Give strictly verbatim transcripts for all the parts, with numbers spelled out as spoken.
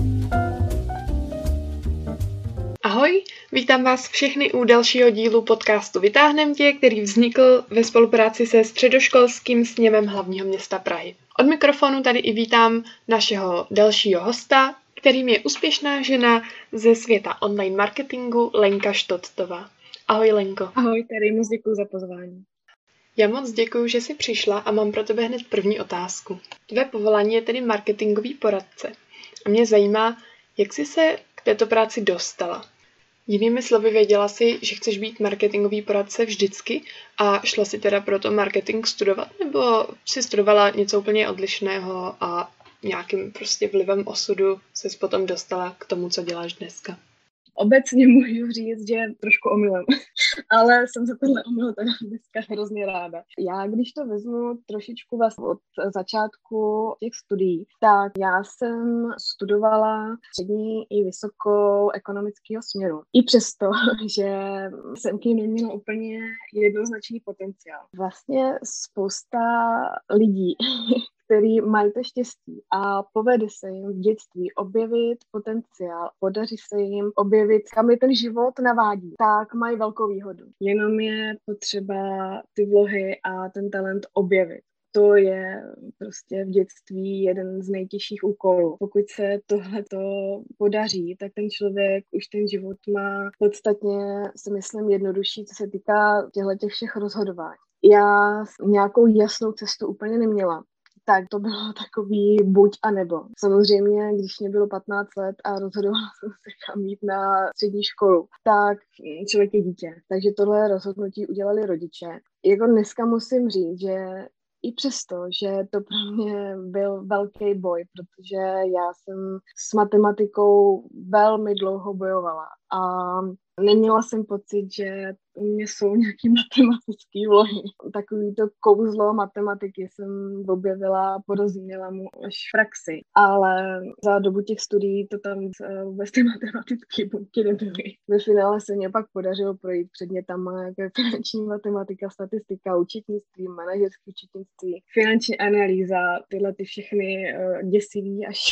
Ahoj, vítám vás všechny u dalšího dílu podcastu Vytáhnem tě, který vznikl ve spolupráci se Středoškolským sněmem hlavního města Prahy. Od mikrofonu tady i vítám našeho dalšího hosta, kterým je úspěšná žena ze světa online marketingu Lenka Štottová. Ahoj Lenko. Ahoj, tady moc děkuji za pozvání. Já moc děkuji, že jsi přišla a mám pro tebe hned první otázku. Tvé povolání je tedy marketingový poradce. A mě zajímá, jak jsi se k této práci dostala. Jinými slovy, věděla jsi, že chceš být marketingový poradce vždycky a šla si teda proto marketing studovat, nebo jsi studovala něco úplně odlišného a nějakým prostě vlivem osudu ses potom dostala k tomu, co děláš dneska? Obecně můžu říct, že trošku omylem, ale jsem za tohle omyl teda dneska hrozně ráda. Já, když to vezmu trošičku vlastně od začátku těch studií, tak já jsem studovala střední i vysokou ekonomického směru. I přesto, že jsem k ní neměla úplně jednoznačný potenciál. Vlastně spousta lidí který mají to štěstí a povede se jim v dětství objevit potenciál, podaří se jim objevit, kam je ten život navádí, tak mají velkou výhodu. Jenom je potřeba ty vlohy a ten talent objevit. To je prostě v dětství jeden z nejtěžších úkolů. Pokud se tohleto podaří, tak ten člověk už ten život má podstatně, si myslím, jednodušší, co se týká těchto všech rozhodování. Já nějakou jasnou cestu úplně neměla. Tak to bylo takový buď a nebo. Samozřejmě, když mě bylo patnáct let a rozhodovala jsem se kam jít na střední školu, tak člověk je dítě. Takže tohle rozhodnutí udělali rodiče. Jako dneska musím říct, že i přesto, že to pro mě byl velký boj, protože já jsem s matematikou velmi dlouho bojovala a neměla jsem pocit, že u mě jsou nějaký matematický vlohy. Takový to kouzlo matematiky jsem objevila, porozuměla mu až v praxi. Ale za dobu těch studií to tam vůbec ty matematické buňky nebyly. Ve finále se mě pak podařilo projít předmětama, jako je finanční matematika, statistika, účetnictví, manažerské účetnictví, finanční analýza, tyhle ty všechny uh, děsivý až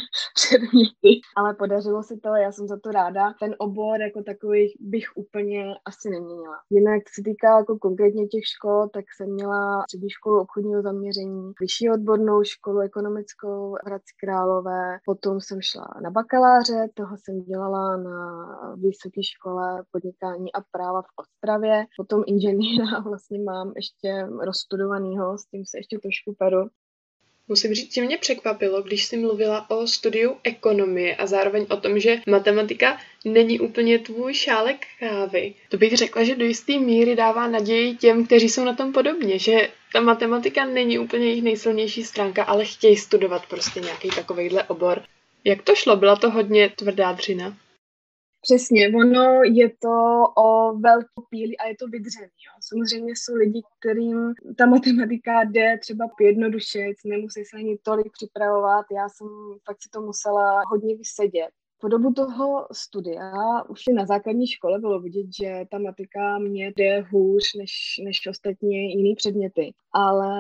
předměty. Ale podařilo se to, já jsem za to ráda. Ten obor jako takový bych úplně asi neměla. Jinak se týká jako konkrétně těch škol, tak jsem měla střední školu obchodního zaměření, vyšší odbornou školu ekonomickou v Hradci Králové, potom jsem šla na bakaláře, toho jsem dělala na vysoké škole podnikání a práva v Ostravě, potom inženýra vlastně mám ještě rozstudovanýho, s tím se ještě trošku peru. Musím říct, že mě překvapilo, když jsi mluvila o studiu ekonomie a zároveň o tom, že matematika není úplně tvůj šálek kávy. To bych řekla, že do jisté míry dává naději těm, kteří jsou na tom podobně, že ta matematika není úplně jejich nejsilnější stránka, ale chtějí studovat prostě nějaký takovejhle obor. Jak to šlo? Byla to hodně tvrdá dřina? Přesně, ono je to o velkou píli a je to vydřený. Jo. Samozřejmě jsou lidi, kterým ta matematika jde třeba jednodušeji, nemusí se ani tolik připravovat. Já jsem fakt si to musela hodně vysedět. Po dobu toho studia už na základní škole bylo vidět, že ta matika mě jde hůř než, než ostatní jiný předměty. Ale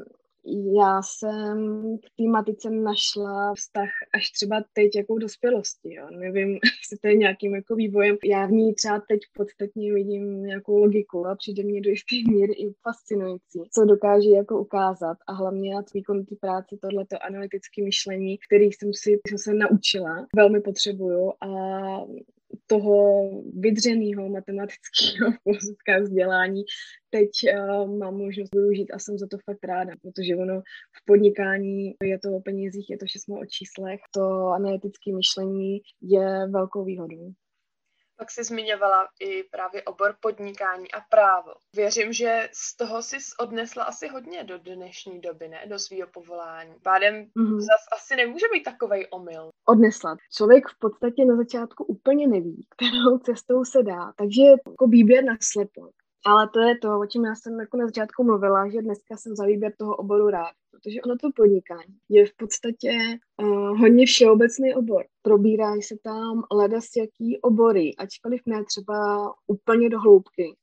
já jsem k té matice našla vztah až třeba teď jako v dospělosti. Jo. Nevím, jestli to je nějakým jako vývojem. Já v ní třeba teď podstatně vidím nějakou logiku a přijde mě do jisté míry i fascinující, co dokáže jako ukázat. A hlavně na výkonu té práce tohleto analytické myšlení, který jsem si jsem se naučila, velmi potřebuju a toho vydřenýho matematického vzdělání teď uh, mám možnost využít a jsem za to fakt ráda, protože ono v podnikání je to o penězích, je to všechno o číslech, to analytické myšlení je velkou výhodou. Pak jsi zmiňovala i právě obor podnikání a právo. Věřím, že z toho jsi odnesla asi hodně do dnešní doby, ne? Do svého povolání. Pádem mm-hmm. zas asi nemůže být takovej omyl. Odnesla. Člověk v podstatě na začátku úplně neví, kterou cestou se dá, takže je jako výběr na slepo. Ale to je to, o čem já jsem jako na začátku mluvila, že dneska jsem za výběr toho oboru rád, protože ono to podnikání je v podstatě uh, hodně všeobecný obor. Probírají se tam ledasjaký obory, ačkoliv ne třeba úplně do hloubky.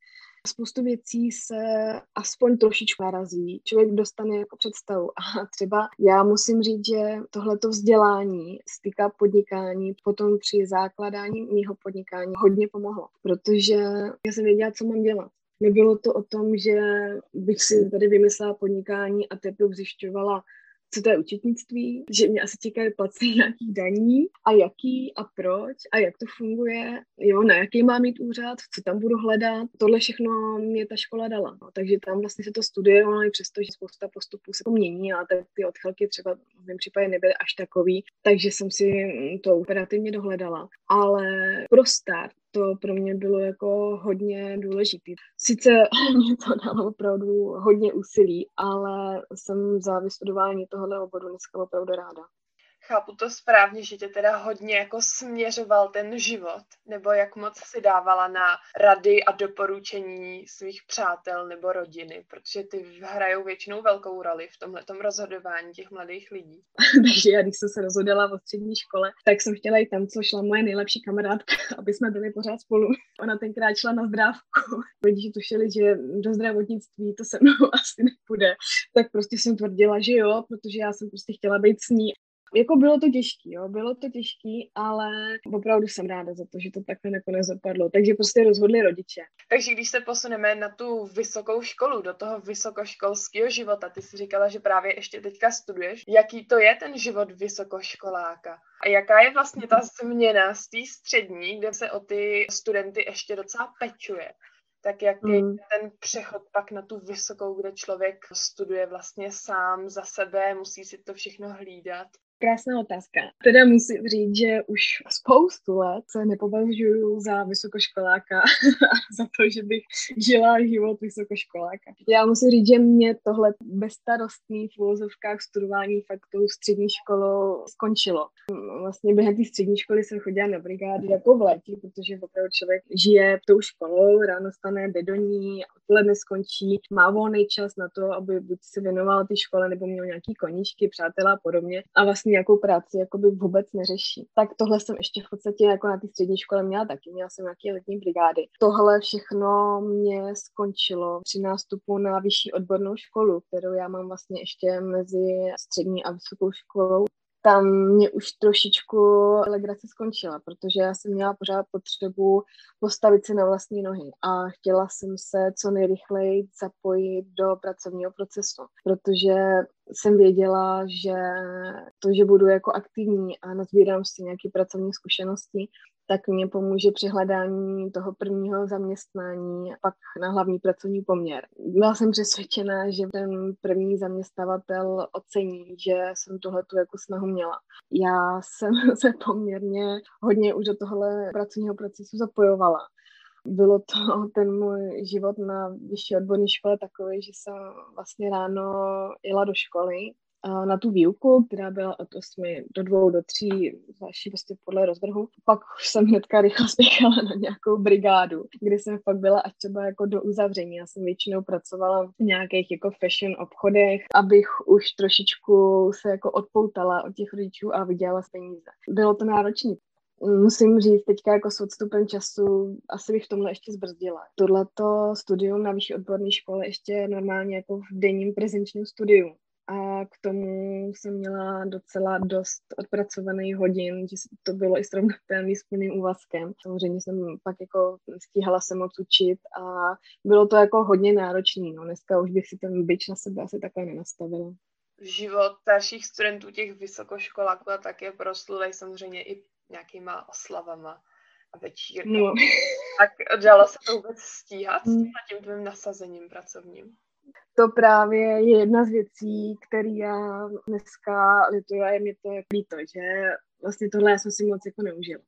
spoustu věcí se aspoň trošičku narazí. Člověk dostane jako představu. A třeba já musím říct, že tohleto vzdělání z týká podnikání potom při základání mýho podnikání hodně pomohlo, protože já jsem věděla, co mám dělat. Nebylo to o tom, že bych si tady vymyslela podnikání a teprve zjišťovala, co to je účetnictví, že mě asi čekají placení nějakých daní a jaký a proč a jak to funguje, jo, na jaký mám mít úřad, co tam budu hledat. Tohle všechno mě ta škola dala. No. Takže tam vlastně se to studuje, ono i přesto, že spousta postupů se to mění a tak ty odchylky třeba v mém případě nebyly až takový, takže jsem si to operativně dohledala. Ale pro start to pro mě bylo jako hodně důležitý. Sice mě to dalo opravdu hodně úsilí, ale jsem za vystudování tohohle oboru dneska opravdu ráda. Chápu to správně, že tě teda hodně jako směřoval ten život, nebo jak moc si dávala na rady a doporučení svých přátel nebo rodiny, protože ty hrajou většinou velkou roli v tomhletom rozhodování těch mladých lidí. Takže já, když jsem se rozhodla o střední škole, tak jsem chtěla jít tam, co šla moje nejlepší kamarádka, aby jsme byli pořád spolu. Ona tenkrát šla na zdrávku. Rodiče tušili, že do zdravotnictví to se mnou asi nepůjde. Tak prostě jsem tvrdila, že jo, protože já jsem prostě chtěla být s ní. Jako bylo to těžký, jo, bylo to těžký, ale opravdu jsem ráda za to, že to takhle nakonec dopadlo. Takže prostě rozhodli rodiče. Takže když se posuneme na tu vysokou školu, do toho vysokoškolského života, ty jsi říkala, že právě ještě teďka studuješ. Jaký to je ten život vysokoškoláka? A jaká je vlastně ta změna z té střední, kde se o ty studenty ještě docela pečuje? Tak jaký je Mm. ten přechod pak na tu vysokou, kde člověk studuje vlastně sám za sebe, musí si to všechno hlídat? Krásná otázka. Teda musím říct, že už spoustu let se nepovažuji za vysokoškoláka za to, že bych žila život vysokoškoláka. Já musím říct, že mě tohle bezstarostný v uvozovkách studování fakt tou střední školou skončilo. Vlastně během té střední školy jsem chodila na brigády jako v létě, protože opravdu člověk žije tou školou, ráno stane, jde do ní, odpoledne skončí, má volný čas na to, aby buď se věnoval té škole, nebo měl nějaký koníčky, přátelé a podobně. A vlastně nějakou práci jakoby vůbec neřeší. Tak tohle jsem ještě v podstatě jako na té střední škole měla taky, měla jsem nějaké letní brigády. Tohle všechno mě skončilo při nástupu na vyšší odbornou školu, kterou já mám vlastně ještě mezi střední a vysokou školou. Tam mě už trošičku legrace skončila, protože já jsem měla pořád potřebu postavit se na vlastní nohy a chtěla jsem se co nejrychleji zapojit do pracovního procesu, protože jsem věděla, že to, že budu jako aktivní a nazbírám si nějaké pracovní zkušenosti, tak mě pomůže při hledání toho prvního zaměstnání a pak na hlavní pracovní poměr. Byla jsem přesvědčená, že ten první zaměstnavatel ocení, že jsem tohletu jako snahu měla. Já jsem se poměrně hodně už do tohle pracovního procesu zapojovala. Bylo to ten můj život na vyšší odborné škole takový, že jsem vlastně ráno jela do školy na tu výuku, která byla od osmi do dvou, do tří, zvláště prostě podle rozvrhu. Pak už jsem hnedka rychle spěchala na nějakou brigádu, kde jsem fakt byla až třeba jako do uzavření. Já jsem většinou pracovala v nějakých jako fashion obchodech, abych už trošičku se jako odpoutala od těch rodičů a vydělala z peníze. Bylo to náročné. Musím říct, teďka jako s odstupem času asi bych v tomhle ještě zbrzdila. Tohleto studium na vyšší odborné škole ještě normálně jako v denním prezenčním studiu. A k tomu jsem měla docela dost odpracovaných hodin, že to bylo i srovnatelné s plným úvazkem. Samozřejmě jsem pak jako stíhala se moc učit a bylo to jako hodně náročný. No. Dneska už bych si ten bič na sebe asi takhle nenastavila. Život starších studentů těch vysokoškoláků a tak je proslulej samozřejmě i nějakýma oslavama a večírkama. No. Tak dalo se to vůbec stíhat s tím tvým nasazením pracovním? To právě je jedna z věcí, který já dneska lituju a je mi to jako líto, že vlastně tohle já jsem si moc jako neužila.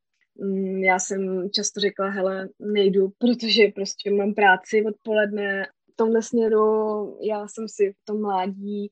Já jsem často řekla, hele, nejdu, protože prostě mám práci odpoledne. V tomhle směru já jsem si v tom mládí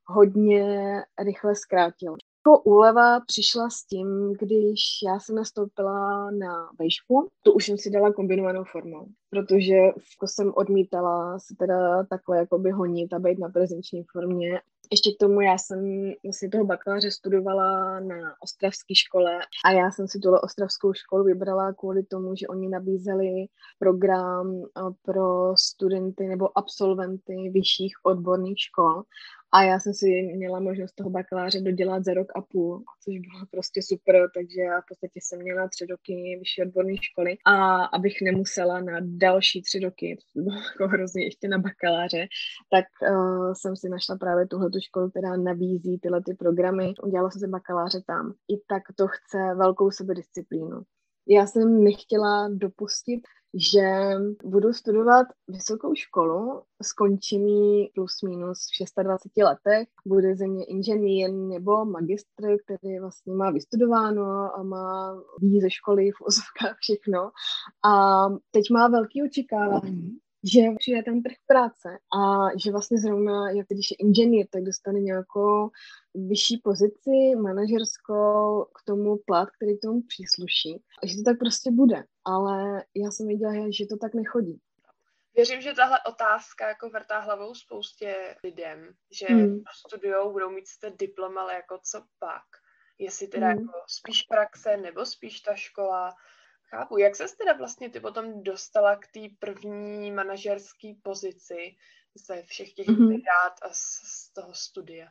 hodně rychle zkrátila. Jako úleva přišla s tím, když já jsem nastoupila na vejšku, to už jsem si dala kombinovanou formou, protože jsem odmítala se teda takhle jakoby honit a být na prezenční formě. Ještě k tomu já jsem vlastně toho bakaláře studovala na ostravské škole a já jsem si tuhle ostravskou školu vybrala kvůli tomu, že oni nabízeli program pro studenty nebo absolventy vyšších odborných škol. A já jsem si měla možnost toho bakaláře dodělat za rok a půl, což bylo prostě super, takže já v podstatě jsem měla tři roky vyšší odborné školy a abych nemusela na další tři roky, to bylo jako hrozně ještě na bakaláře, tak uh, jsem si našla právě tuhletu školu, která nabízí tyhle ty programy. Udělala jsem si bakaláře tam. I tak to chce velkou sebedisciplínu. Já jsem nechtěla dopustit, že budu studovat vysokou školu, skončím ji plus minus v dvaceti šesti letech, bude ze mě inženýr nebo magistr, který vlastně má vystudováno a má ví ze školy v ozovkách všechno. A teď má velký očekávání, že přijde ten trh práce a že vlastně zrovna, jak když je inženýr, tak dostane nějakou vyšší pozici manažerskou k tomu plat, který tomu přísluší. A že to tak prostě bude. Ale já jsem viděla, že to tak nechodí. Věřím, že tahle otázka jako vrtá hlavou spoustě lidem, že hmm. studujou, budou mít ten diplom, ale jako co pak? Jestli teda hmm. jako spíš praxe nebo spíš ta škola. Chápu. Jak ses teda vlastně ty potom dostala k té první manažerské pozici ze všech těch mm-hmm. dát a z, z toho studia?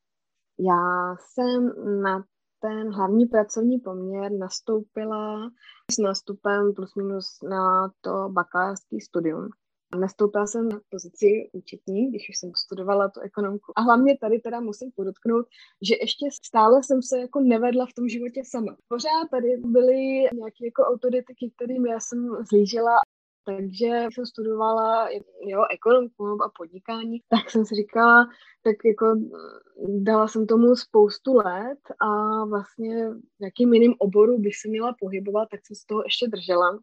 Já jsem na ten hlavní pracovní poměr nastoupila s nástupem plus minus na to bakalářské studium. Nastoupila jsem na pozici účetní, když už jsem studovala tu ekonomku. A hlavně tady teda musím podotknout, že ještě stále jsem se jako nevedla v tom životě sama. Pořád tady byly nějaké jako autority, kterým já jsem zlížela. Takže jsem studovala jo, ekonomku a podnikání, tak jsem si říkala, tak jako dala jsem tomu spoustu let a vlastně v jakým jiným oboru bych se měla pohybovat, tak jsem z toho ještě držela.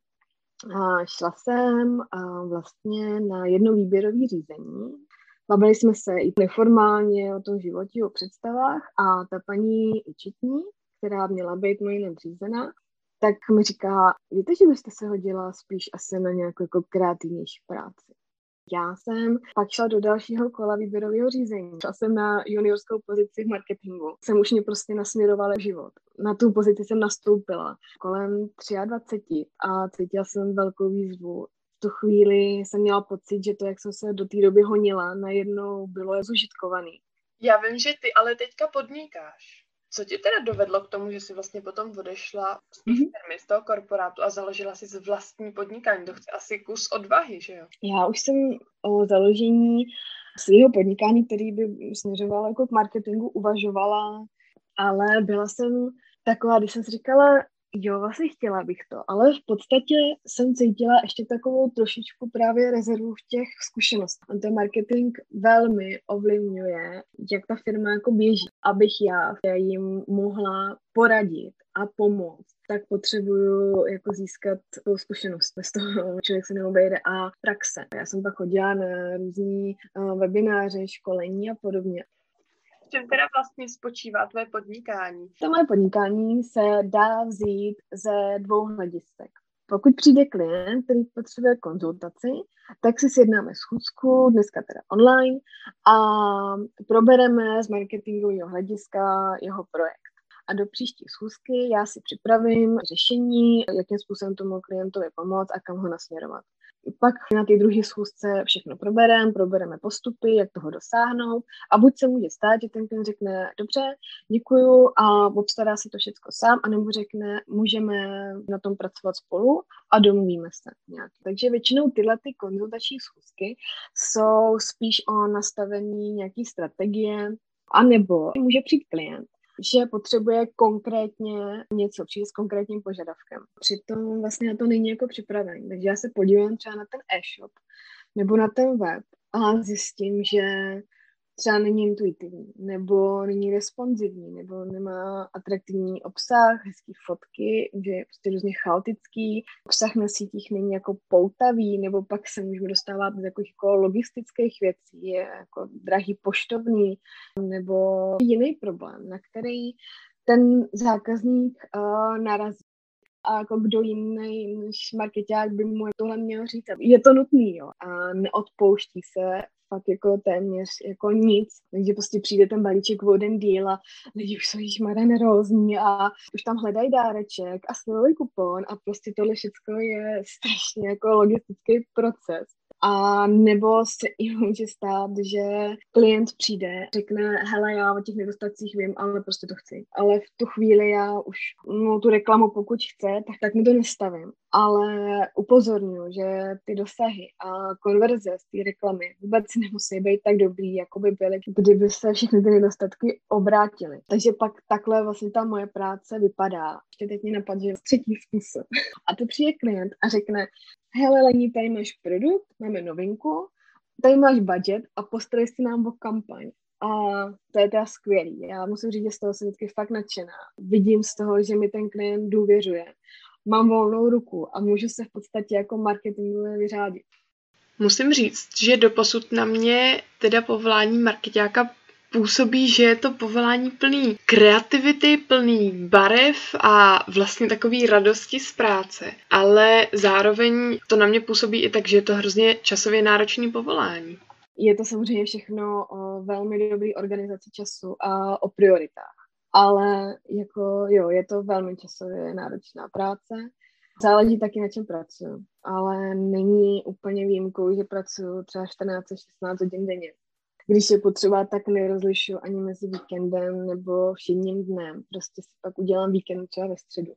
A šla jsem a vlastně na jedno výběrové řízení. Bavili jsme se i neformálně o tom životě, o představách a ta paní účetní, která měla být moje nadřízená, tak mi říká, víte, že byste se hodila spíš asi na nějakou jako kreativnější práci. Já jsem pak šla do dalšího kola výběrového řízení. Šla jsem na juniorskou pozici v marketingu. Jsem už mě prostě nasměrovala život. Na tu pozici jsem nastoupila kolem dvacet tři a cítila jsem velkou výzvu. V tu chvíli jsem měla pocit, že to, jak jsem se do té doby honila, najednou bylo zužitkovaný. Já vím, že ty ale teďka podnikáš. Co tě teda dovedlo k tomu, že jsi vlastně potom odešla z té firmy, z toho korporátu a založila si vlastní podnikání? To chce asi kus odvahy, že jo? Já už jsem o založení svého podnikání, který by směřovalo jako k marketingu, uvažovala, ale byla jsem taková, když jsem si říkala, jo, vlastně chtěla bych to, ale v podstatě jsem cítila ještě takovou trošičku právě rezervu v těch zkušenostech. A ten marketing velmi ovlivňuje, jak ta firma jako běží. Abych já jim mohla poradit a pomoct, tak potřebuju jako získat tu zkušenost. Bez toho člověk se neobejde a praxe. Já jsem pak chodila na různý uh, webináře, školení a podobně. V čem teda vlastně spočívá tvoje podnikání? To moje podnikání se dá vzít ze dvou hledisek. Pokud přijde klient, který potřebuje konzultaci, tak si sjednáme schůzku, dneska teda online, a probereme z marketingového hlediska jeho projekt. A do příští schůzky já si připravím řešení, jakým způsobem tomu klientovi pomoct a kam ho nasměrovat. Pak na té druhé schůzce všechno probereme, probereme postupy, jak toho dosáhnout a buď se může stát, že ten klient řekne dobře, děkuju a obstará si to všechno sám, anebo řekne, můžeme na tom pracovat spolu a domluvíme se nějak. Takže většinou tyhle ty konzultační schůzky jsou spíš o nastavení nějaký strategie, anebo může přijít klient, že potřebuje konkrétně něco, přijde s konkrétním požadavkem. Přitom vlastně na to není jako připravený. Takže já se podívám třeba na ten e-shop nebo na ten web a zjistím, že třeba není intuitivní, nebo není responsivní, nebo nemá atraktivní obsah, hezký fotky, že je prostě různě chaotický, obsah na sítích není jako poutavý, nebo pak se můžeme dostávat do takových jako logistických věcí, je jako drahý poštovní, nebo jiný problém, na který ten zákazník uh, narazí. A jako kdo jiný než markeťák by mu tohle měl říct. Je to nutný, jo, a neodpouští se fakt jako téměř jako nic, takže prostě přijde ten balíček o den díl a lidi už jsou ježmaré nervózní a už tam hledají dáreček a slevový kupon a prostě tohle všechno je strašně jako logistický proces. A nebo se i může stát, že klient přijde, řekne, hele, já o těch nedostatcích vím, ale prostě to chci. Ale v tu chvíli já už no, tu reklamu, pokud chce, tak, tak mu to nestavím. Ale upozorňuji, že ty dosahy a konverze z té reklamy vůbec nemusí být tak dobrý, jako by byly, kdyby se všechny ty nedostatky obrátily. Takže pak takhle vlastně ta moje práce vypadá. Ještě teď mi napadl, že je třetí způsob. A to přijde klient a řekne, hele Lení, tady máš produkt, máme novinku, tady máš budget a postarej si nám o kampaň. A to je teda skvělý. Já musím říct, že z toho jsem vždycky fakt nadšená. Vidím z toho, že mi ten klient důvěřuje. Mám volnou ruku a můžu se v podstatě jako marketingově vyřádit. Musím říct, že doposud na mě teda povolání markeťáka působí, že je to povolání plný kreativity, plný barev a vlastně takový radosti z práce. Ale zároveň to na mě působí i tak, že je to hrozně časově náročný povolání. Je to samozřejmě všechno o velmi dobrý organizaci času a o prioritách. Ale jako jo, je to velmi časově náročná práce. Záleží taky, na čem pracuji. Ale není úplně výjimkou, že pracuji třeba čtrnáct až šestnáct hodin denně. Když je potřeba, tak nerozlišuju ani mezi víkendem nebo všedním dnem. Prostě si pak udělám víkend třeba ve středu.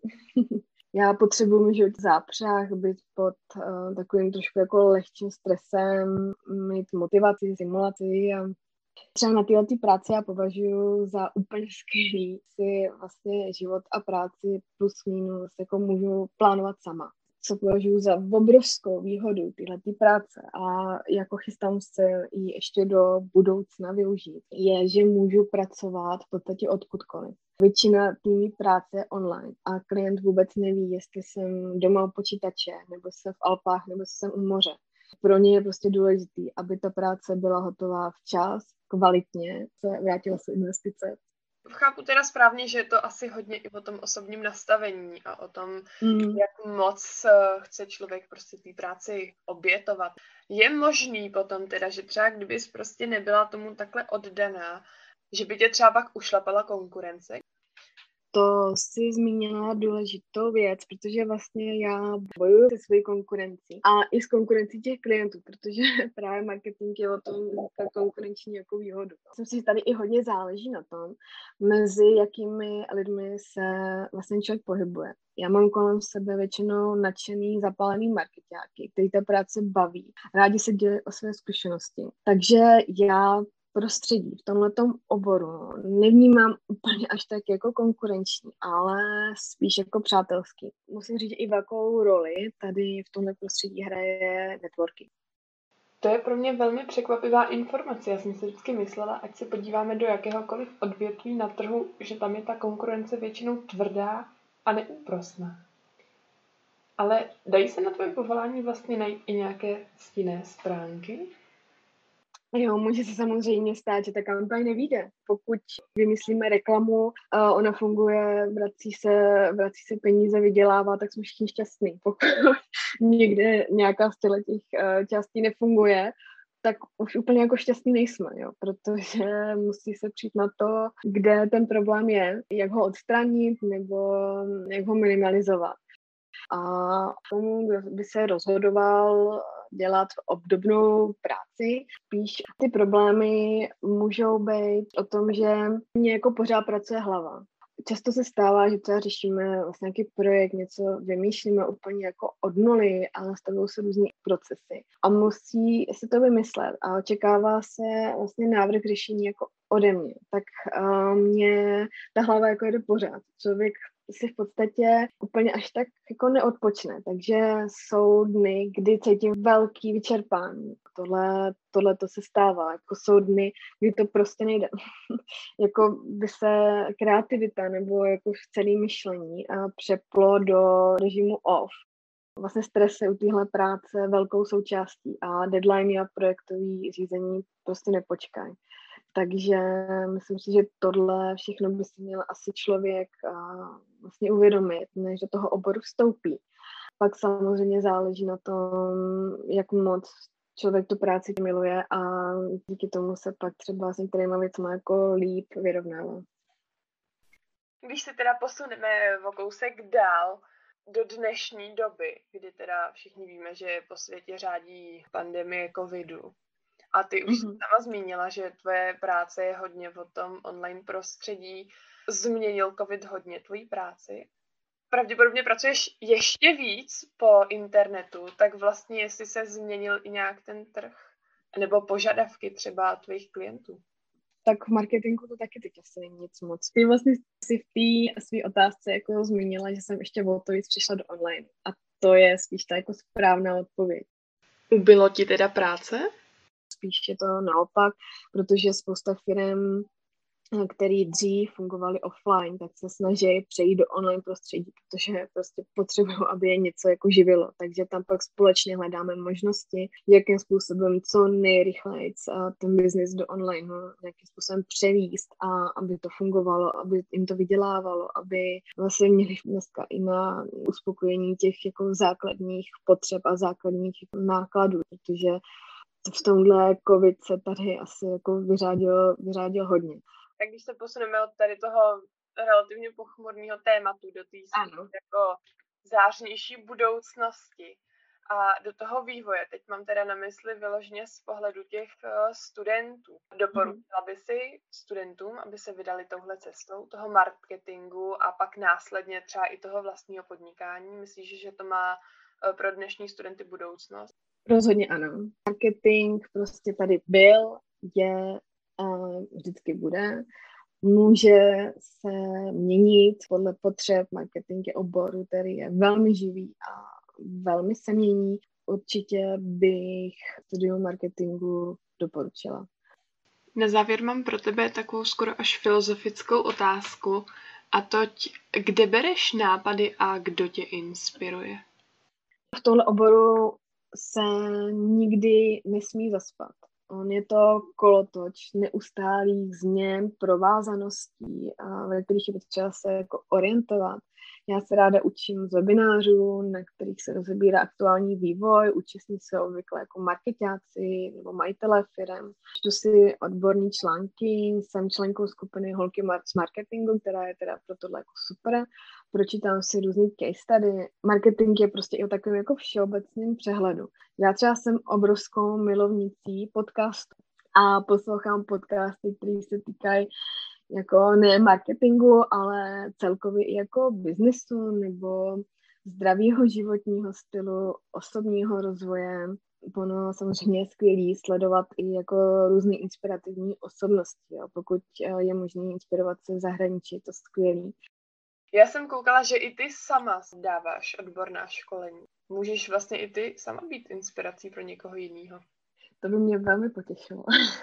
Já potřebuji mít zápřah, být pod uh, takovým trošku jako lehčím stresem, mít motivaci, simulaci a třeba na této práci já považuji za úplně skvělý si vlastně život a práci plus minus jako můžu plánovat sama. Co považuji za obrovskou výhodu této práce a jako chystám se ji ještě do budoucna využít, je, že můžu pracovat v podstatě odkudkoliv. Většina týmí práce je online a klient vůbec neví, jestli jsem doma u počítače, nebo jsem v Alpách, nebo jsem u moře. Pro ně je prostě důležitý, aby ta práce byla hotová včas, kvalitně, se vrátila se investice. Chápu teda správně, že je to asi hodně i o tom osobním nastavení a o tom, mm. jak moc chce člověk prostě té práci obětovat. Je možný potom teda, že třeba kdybys prostě nebyla tomu takhle oddaná, že by tě třeba pak ušlapala konkurence? To jsi zmínila důležitou věc, protože vlastně já bojuju se svojí konkurencí a i s konkurencí těch klientů, protože právě marketing je o tom ta konkurenční jako výhodu. Myslím si, že tady i hodně záleží na tom, mezi jakými lidmi se vlastně člověk pohybuje. Já mám kolem sebe většinou nadšený, zapálený markeťáky, který ta práce baví, rádi se dělí o své zkušenosti. Takže já prostředí v tomhletom oboru nevnímám úplně až tak jako konkurenční, ale spíš jako přátelský. Musím říct, že i velkou roli tady v tomhle prostředí hraje networking. To je pro mě velmi překvapivá informace. Já jsem si vždycky myslela, ať se podíváme do jakéhokoliv odvětví na trhu, že tam je ta konkurence většinou tvrdá a neúprosná. Ale dají se na tvoje povolání vlastně najít i nějaké stinné stránky? Jo, může se samozřejmě stát, že ta kampaň nevyjde. Pokud vymyslíme reklamu, uh, ona funguje, vrací se, vrací se peníze, vydělává, tak jsme všichni šťastní. Pokud někde nějaká z těch uh, částí nefunguje, tak už úplně jako šťastní nejsme, jo, protože musí se přijít na to, kde ten problém je, jak ho odstranit nebo jak ho minimalizovat. A tomu, kdo by se rozhodoval dělat obdobnou práci. Spíš ty problémy můžou být o tom, že mě jako pořád pracuje hlava. Často se stává, že třeba řešíme vlastně nějaký projekt, něco vymýšlíme úplně jako od nuly a nastavují se různý procesy. A musí se to vymyslet a očekává se vlastně návrh řešení jako ode mě. Tak uh, mě ta hlava jako jde pořád. Člověk si v podstatě úplně až tak jako neodpočne. Takže jsou dny, kdy cítím velký vyčerpání. Tohle, tohle to se stává. Jako jsou dny, kdy to prostě nejde. Jako by se kreativita nebo jako celé myšlení a přeplo do režimu off. Vlastně stres je u téhle práce velkou součástí a deadline a projektový řízení prostě nepočkají. Takže myslím si, že tohle všechno by si měl asi člověk vlastně uvědomit, než do toho oboru vstoupí. Pak samozřejmě záleží na tom, jak moc člověk tu práci miluje a díky tomu se pak třeba s některýma věcmi jako líp vyrovnává. Když se teda posuneme o kousek dál do dnešní doby, kdy teda všichni víme, že po světě řádí pandemie covidu, a ty už mm-hmm. sama zmínila, že tvoje práce je hodně o tom online prostředí. Změnil covid hodně tvoji práci? Pravděpodobně pracuješ ještě víc po internetu, tak vlastně jestli se změnil i nějak ten trh? Nebo požadavky třeba tvých klientů? Tak v marketingu to taky teď asi není nic moc. Ty vlastně si v té své otázce jako zmínila, že jsem ještě o to víc přišla do online. A to je spíš ta jako správná odpověď. Ubylo ti teda práce? Spíš je to naopak, protože spousta firem, který dřív fungovaly offline, tak se snaží přejít do online prostředí, protože prostě potřebují, aby je něco jako živilo. Takže tam pak společně hledáme možnosti, jakým způsobem co nejrychleji ten biznis do online nějakým způsobem převíst a aby to fungovalo, aby jim to vydělávalo, aby vlastně měli dneska i na uspokojení těch jako základních potřeb a základních nákladů, protože v tomhle covid se tady asi jako vyřádil, vyřádil hodně. Tak když se posuneme od tady toho relativně pochmurného tématu do té jako zářnější budoucnosti a do toho vývoje, teď mám teda na mysli vyloženě z pohledu těch studentů. Doporučila by si studentům, aby se vydali touhle cestou, toho marketingu a pak následně třeba i toho vlastního podnikání? Myslíš, že to má pro dnešní studenty budoucnost? Rozhodně ano. Marketing prostě tady byl, je a vždycky bude. Může se měnit podle potřeb. Marketing je obor, který je velmi živý a velmi se mění. Určitě bych studium marketingu doporučila. Na závěr mám pro tebe takovou skoro až filozofickou otázku, a toť, kde bereš nápady a kdo tě inspiruje? V tomhle oboru se nikdy nesmí zaspat. On je to kolotoč neustálých změn, provázaností, a ve kterých je potřeba se jako orientovat. Já se ráda učím z webinářů, na kterých se rozebírá aktuální vývoj, účastní se obvykle jako marketáci nebo majitelé firem. Čtu si odborné články, jsem členkou skupiny Holky z marketingu, která je teda pro tohle jako super. Pročítám si různý case study. Marketing je prostě i o takovém jako všeobecném přehledu. Já třeba jsem obrovskou milovnicí podcastu a poslouchám podcasty, které se týkají jako ne marketingu, ale celkově i jako biznesu nebo zdravého životního stylu, osobního rozvoje. Ono samozřejmě je skvělý sledovat i jako různé inspirativní osobnosti. Jo. Pokud je možné inspirovat se v zahraničí, je to skvělý. Já jsem koukala, že i ty sama dáváš odborná školení. Můžeš vlastně i ty sama být inspirací pro někoho jiného. To by mě velmi potěšilo.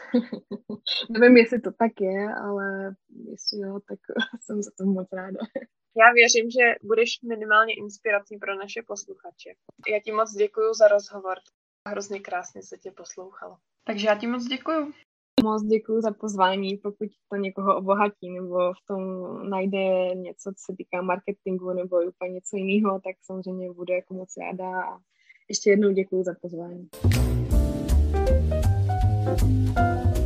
Nevím, jestli to tak je, ale jestli jo, tak jsem za to moc ráda. Já věřím, že budeš minimálně inspirací pro naše posluchače. Já ti moc děkuju za rozhovor. Hrozně krásně se tě poslouchalo. Takže já ti moc děkuju. Moc děkuju za pozvání, pokud to někoho obohatí nebo v tom najde něco, co se týká marketingu nebo úplně něco jiného, tak samozřejmě budu jako moc ráda a ještě jednou děkuju za pozvání. Thank you.